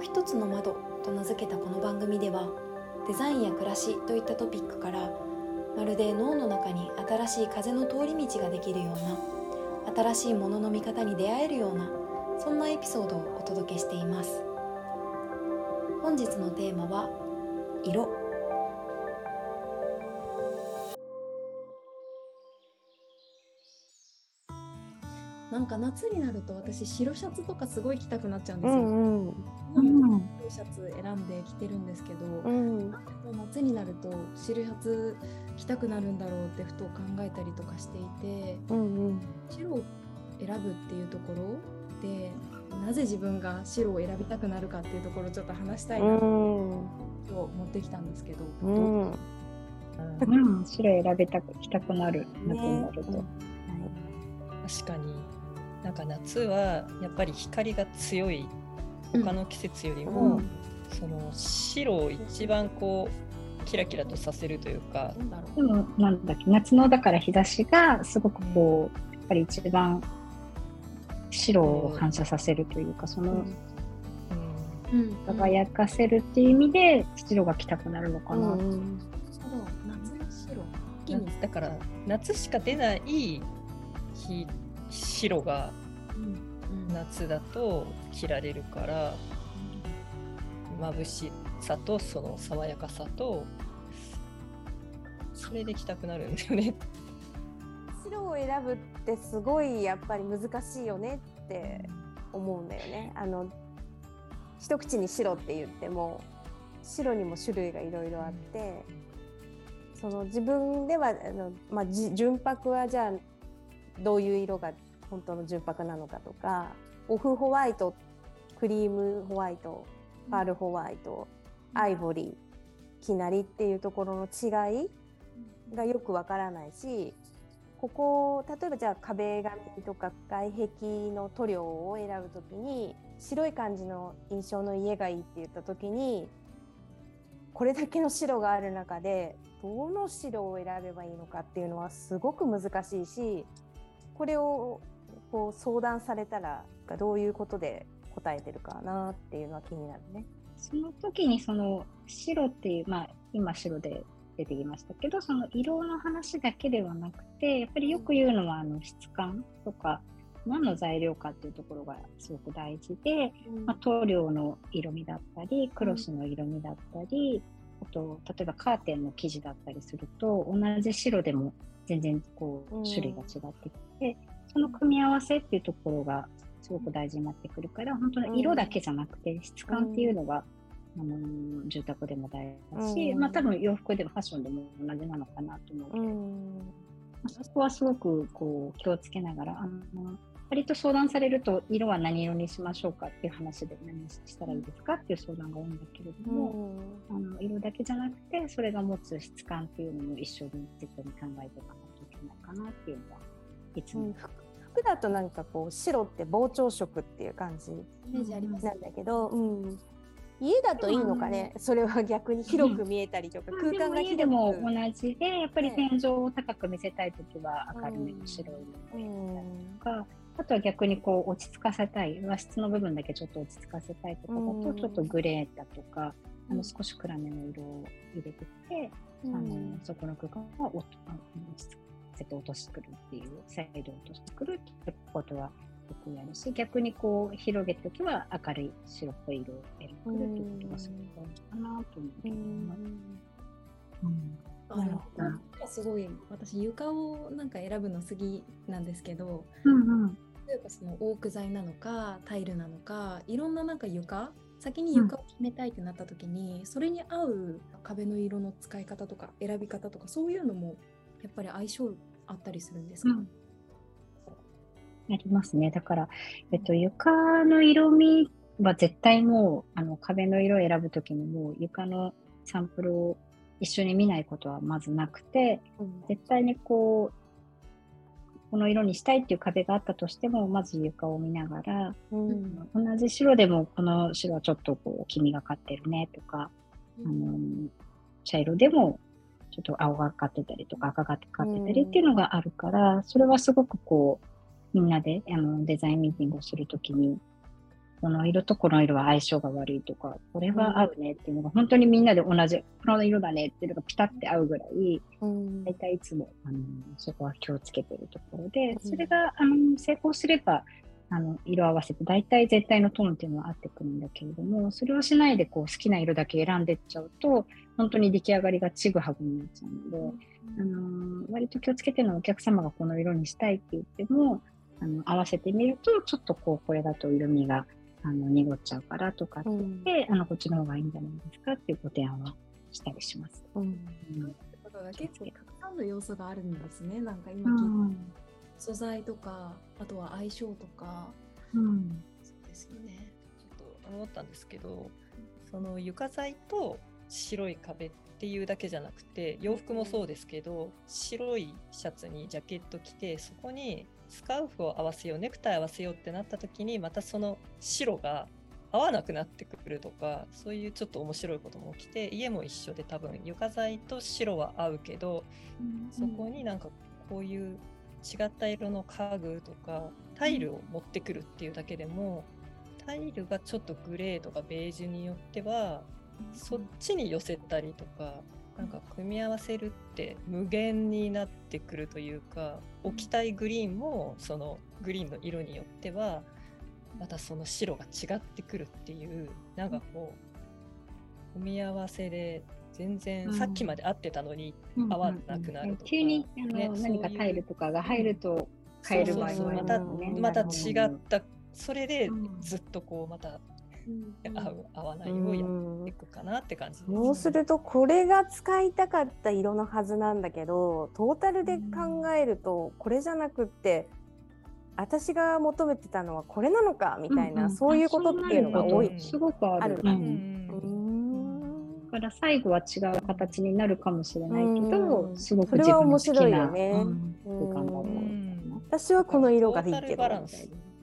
う一つの窓と名付けたこの番組では、デザインや暮らしといったトピックから、まるで脳の中に新しい風の通り道ができるような、新しいものの見方に出会えるような、そんなエピソードをお届けしています。本日のテーマは色。なんか夏になると私白シャツとかすごい着たくなっちゃうんですよ。白シャツ選んで着てるんですけど、夏になると白シャツ着たくなるんだろうってふと考えたりとかしていて、白を選ぶっていうところでなぜ自分が白を選びたくなるかっていうところをちょっと話したいなと今日持ってきたんですけど、 白選びたく着たくなる夏になると、 確かになんか夏はやっぱり光が強い他の季節よりも、その白を一番こうキラキラとさせるというか、 でもなんだっけ、夏のだから日差しがすごくこう、やっぱり一番白を反射させるというか、その輝かせるっていう意味で白が着たくなるのかな。 夏の白。 だから夏しか出ない白が夏だと着られるから、眩しさとその爽やかさと、それで着たくなるんだよね。 白を選ぶってすごいやっぱり難しいよねって思うんだよね。一口に白って言っても白にも種類がいろいろあって、その自分では純白はじゃあどういう色が本当の純白なのかとか、オフホワイト、クリームホワイト、パールホワイト、アイボリー、生成りっていうところの違いがよくわからないし、ここ例えばじゃあ壁紙とか外壁の塗料を選ぶときに白い感じの印象の家がいいって言ったときに、これだけの白がある中でどの白を選べばいいのかっていうのはすごく難しいし、これをこう相談されたらどういうことで答えてるかなっていうのは気になるね。 その時にその白っていう、今白で出てきましたけど、その色の話だけではなくて、やっぱりよく言うのは質感とか何の材料かっていうところがすごく大事で、塗料の色味だったりクロスの色味だったり、あと例えばカーテンの生地だったりすると同じ白でも全然こう種類が違ってきて、その組み合わせっていうところがすごく大事になってくるから、本当に色だけじゃなくて質感っていうのが、住宅でも大事だし、多分洋服でもファッションでも同じなのかなと思うけど、そこはすごくこう気をつけながら、割と相談されると色は何色にしましょうかっていう話で、何したらいいですかっていう相談が多いんだけれども、色だけじゃなくてそれが持つ質感っていうのも一緒に絶対に考えておかなきゃいけないかなっていうのはいつも、 服だとなんかこう白って膨張色っていう感じなんだけど、家だといいのかね、それは逆に広く見えたりとか、空間が広く。 でも同じで、やっぱり天井を高く見せたいときは明るめの白い色を選んだりとか、あとは逆にこう落ち着かせたい、和室の部分だけちょっと落ち着かせたいとかだと、ちょっとグレーだとか、少し暗めの色を入れてきて、そこの空間を落ち着かせて落としてくるっていう、再度落としてくるってことはよくやるし、逆にこう広げるときは明るい白っぽい色を選んでくるっていうことがすごく大事かなと思っています。すごい私床をなんか選ぶの好きなんですけど、例えばそのオーク材なのかタイルなのか、いろんななんか先に床を決めたいってなった時に、それに合う壁の色の使い方とか選び方とか、そういうのもやっぱり相性あったりするんですか？ ありますね。だから、床の色味は絶対もう壁の色を選ぶときにもう床のサンプルを一緒に見ないことはまずなくて、絶対にこの色にしたいっていう壁があったとしても、まず床を見ながら、同じ白でもこの白はちょっとこう黄みがかってるねとか、茶色でもちょっと青がかってたりとか赤がかってたりっていうのがあるから、それはすごくこうみんなでデザインミーティングをするときにこの色とこの色は相性が悪いとか、これは合うねっていうのが本当にみんなで同じ、この色だねっていうのがピタって合うぐらい、大体いつもそこは気をつけてるところで、それが成功すれば色合わせて大体絶対のトーンっていうのは合ってくるんだけれども、それをしないでこう好きな色だけ選んでっちゃうと本当に出来上がりがちぐはぐになっちゃうので、割と気をつけてるのはお客様がこの色にしたいって言っても合わせてみるとちょっとこれだと色味が濁っちゃうからとかって言って、こっちの方がいいんじゃないですかっていうご提案はしたりします。 結構たくさんの要素があるんですね。なんか今聞いて、素材とか、あとは相性とか、 そうですよね。ちょっと思ったんですけど、その床材と白い壁っていうだけじゃなくて、洋服もそうですけど、白いシャツにジャケット着て、そこにスカーフを合わせよう、ネクタイ合わせようってなった時に、またその白が合わなくなってくるとか、そういうちょっと面白いことも起きて、家も一緒で多分床材と白は合うけど、そこになんかこういう違った色の家具とかタイルを持ってくるっていうだけでも、タイルがちょっとグレーとかベージュによってはそっちに寄せたりとか、なんか組み合わせるって無限になってくるというか、置きたいグリーンもそのグリーンの色によってはまたその白が違ってくるっていう、なんかこう組み合わせで全然さっきまで合ってたのに合わなくなるとか、 急に何かタイルとかが入ると変える場合もありますね。 また違った、それでずっとこうまた合わないようやっていくかなって感じです。 そうするとこれが使いたかった色のはずなんだけど、トータルで考えるとこれじゃなくって私が求めてたのはこれなのかみたいな、そういうことっていうのが多い。 すごくある。だから最後は違う形になるかもしれないけど、すごく自分の好きな空間だろう。 私はこの色がいいけど。 なる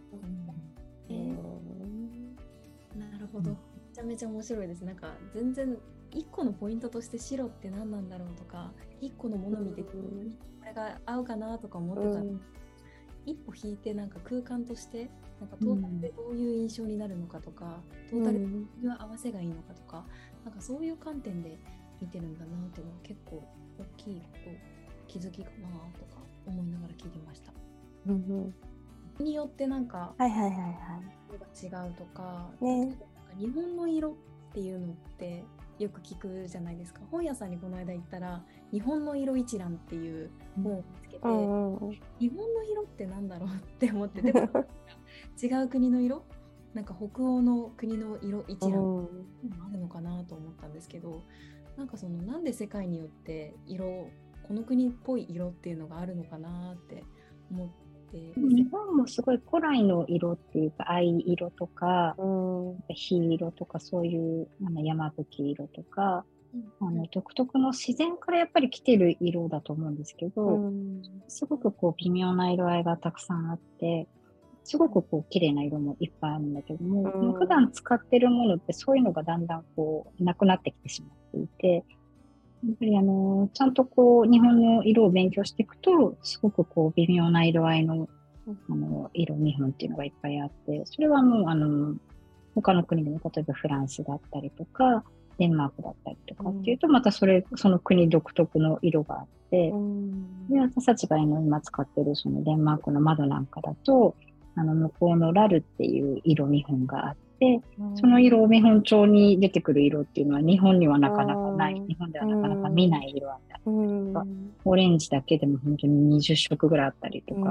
ほど。めちゃめちゃ面白いです。なんか全然一個のポイントとして白って何なんだろうとか、一個のもの見てこれが合うかなとか思ってた。一歩引いてなんか空間としてなんかトータルでどういう印象になるのかとか、トータルでどういう合わせがいいのかとか、なんかそういう観点で見てるんだなっていうのは結構大きい気づきかなとか思いながら聞いてました。によってなんか色が違うとか、日本の色っていうのってよく聞くじゃないですか。本屋さんにこの間行ったら日本の色一覧っていう本を見つけて、日本の色ってなんだろうって思ってでも違う国の色、なんか北欧の国の色一覧もあるのかなと思ったんですけど、なんかそのなんで世界によってこの国っぽい色っていうのがあるのかなって思って。 日本もすごい古来の色っていうか藍色とか火色とかそういう山吹色とか独特の自然からやっぱり来てる色だと思うんですけど、すごくこう微妙な色合いがたくさんあって、すごくこう綺麗な色もいっぱいあるんだけども、普段使ってるものってそういうのがだんだんこうなくなってきてしまっていて、やっぱりちゃんとこう日本の色を勉強していくと、すごくこう微妙な色合いの色日本っていうのがいっぱいあって、それはもう他の国でも例えばフランスだったりとかデンマークだったりとかっていうと、またその国独特の色があって、で私たちが今使ってるそのデンマークの窓なんかだと向こうのラルっていう色見本があって、その色見本帳に出てくる色っていうのは日本にはなかなかない、日本ではなかなか見ない色あったりとか、オレンジだけでも本当に20色ぐらいあったりとか、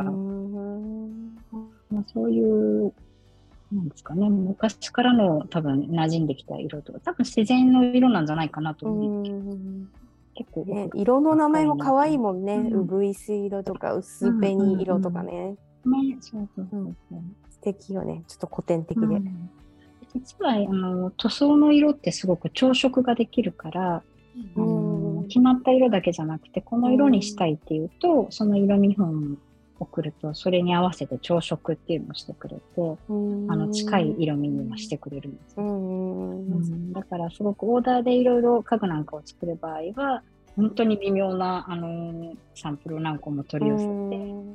そういうなんですかね、昔からの多分馴染んできた色とか、多分自然の色なんじゃないかなと思う。結構、 ね、色の名前も可愛いもんね。うぐいす色とか薄紅色とかね。 そう素敵よね。ちょっと古典的で。 実は塗装の色ってすごく調色ができるから、決まった色だけじゃなくて、この色にしたいっていうと、その色見本を送ると、それに合わせて調色っていうのをしてくれて、近い色味にもしてくれるんですよ。だからすごくオーダーでいろいろ家具なんかを作る場合は、本当に微妙なサンプルを何個も取り寄せて、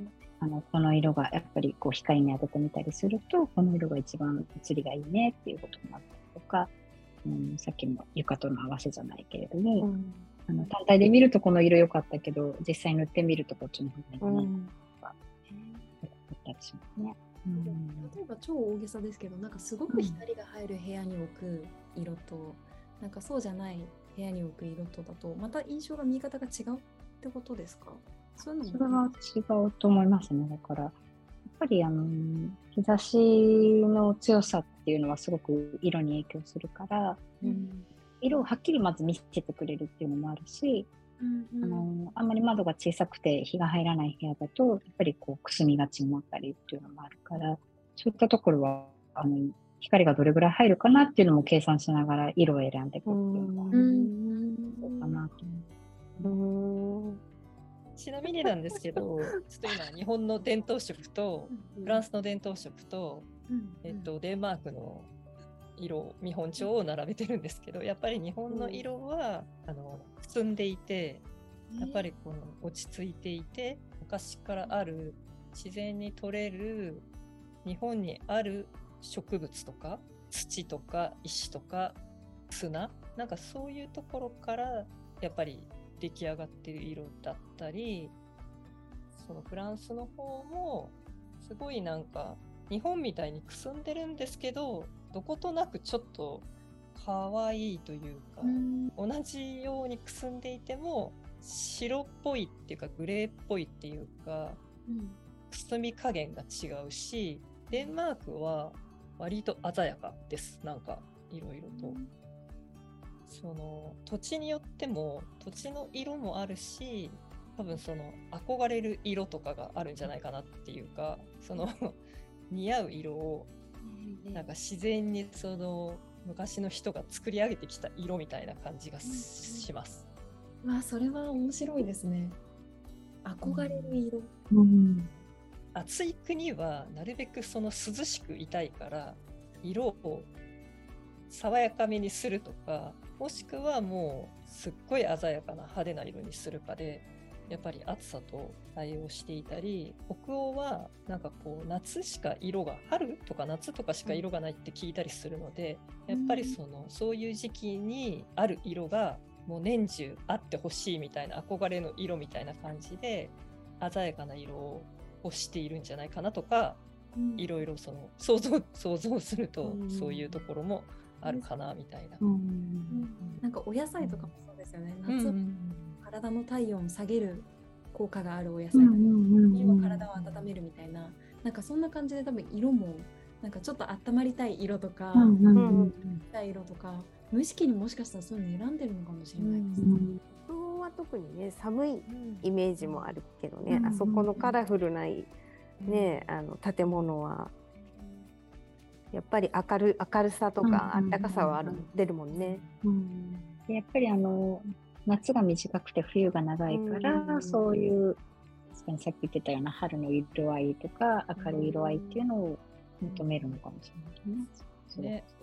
この色がやっぱりこう光に当ててみたりすると、この色が一番写りがいいねっていうことになったりとか、さっきの床との合わせじゃないけれども、単体で見るとこの色良かったけど、実際塗ってみるとこっちの方がいいねとか、あったりしますね。 例えば超大げさですけど、なんかすごく光が入る部屋に置く色と、なんかそうじゃない部屋に置く色とだとまた印象が見え方が違うってことですか？そういうのもそれは違うと思いますね。だからやっぱり日差しの強さっていうのはすごく色に影響するから、色をはっきりまず見せてくれるっていうのもあるし、あんまり窓が小さくて日が入らない部屋だとやっぱりこうくすみがちになったりっていうのもあるから、そういったところは光がどれぐらい入るかなっていうのも計算しながら色を選んでいくっていうのがそうかなと思う。 ちなみになんですけど、ちょっと今日本の伝統色とフランスの伝統色と、デンマークの色見本帳を並べてるんですけど、やっぱり日本の色はくすんでいて、やっぱりこの落ち着いていて、昔からある自然に取れる日本にある植物とか土とか石とか砂、なんかそういうところからやっぱり出来上がっている色だったり、そのフランスの方もすごいなんか日本みたいにくすんでるんですけど、どことなくちょっと可愛いというか、同じようにくすんでいても白っぽいっていうかグレーっぽいっていうか、くすみ加減が違うし、デンマークは割と鮮やかです。なんかいろいろとその土地によっても土地の色もあるし、多分その憧れる色とかがあるんじゃないかなっていうか、その似合う色をなんか自然にその昔の人が作り上げてきた色みたいな感じがします。 それは面白いですね。憧れる色。 暑い国はなるべくその涼しくいたいから色を爽やかめにするとか、もしくはもうすっごい鮮やかな派手な色にするかでやっぱり暑さと対応していたり、北欧はなんかこう夏しか色が、春とか夏とかしか色がないって聞いたりするので、やっぱりそういう時期にある色がもう年中あってほしいみたいな憧れの色みたいな感じで鮮やかな色を欲しているんじゃないかなとか、いろいろその想像するとそういうところもあるかなみたいな。 なんかお野菜とかもそうですよね。夏は体の体温を下げる効果があるお野菜、冬は体を温めるみたいな、なんかそんな感じで多分色もなんかちょっと温まりたい色とか、たい色とか無意識にもしかしたらそういうの選んでるのかもしれないですね。 北欧は特にね寒いイメージもあるけどね、あそこのカラフルなね建物はやっぱり明るさとか暖かさは出るもんね。 やっぱり夏が短くて冬が長いから、そういうさっき言ってたような春の色合いとか明るい色合いっていうのを求めるのかもしれないね。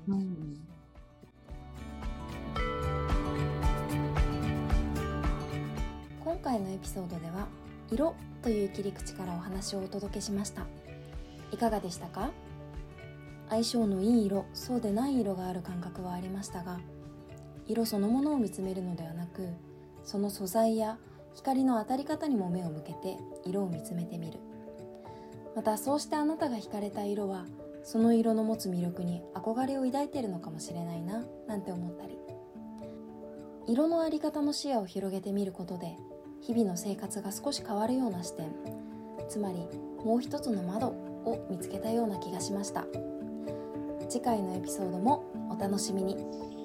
今回のエピソードでは色という切り口からお話をお届けしました。いかがでしたか？相性のいい色、そうでない色がある感覚はありましたが、色そのものを見つめるのではなく、その素材や光の当たり方にも目を向けて色を見つめてみる。またそうしてあなたが惹かれた色は、その色の持つ魅力に憧れを抱いているのかもしれないな、なんて思ったり、色のあり方の視野を広げてみることで、日々の生活が少し変わるような視点、つまりもう一つの窓を見つけたような気がしました。次回のエピソードもお楽しみに。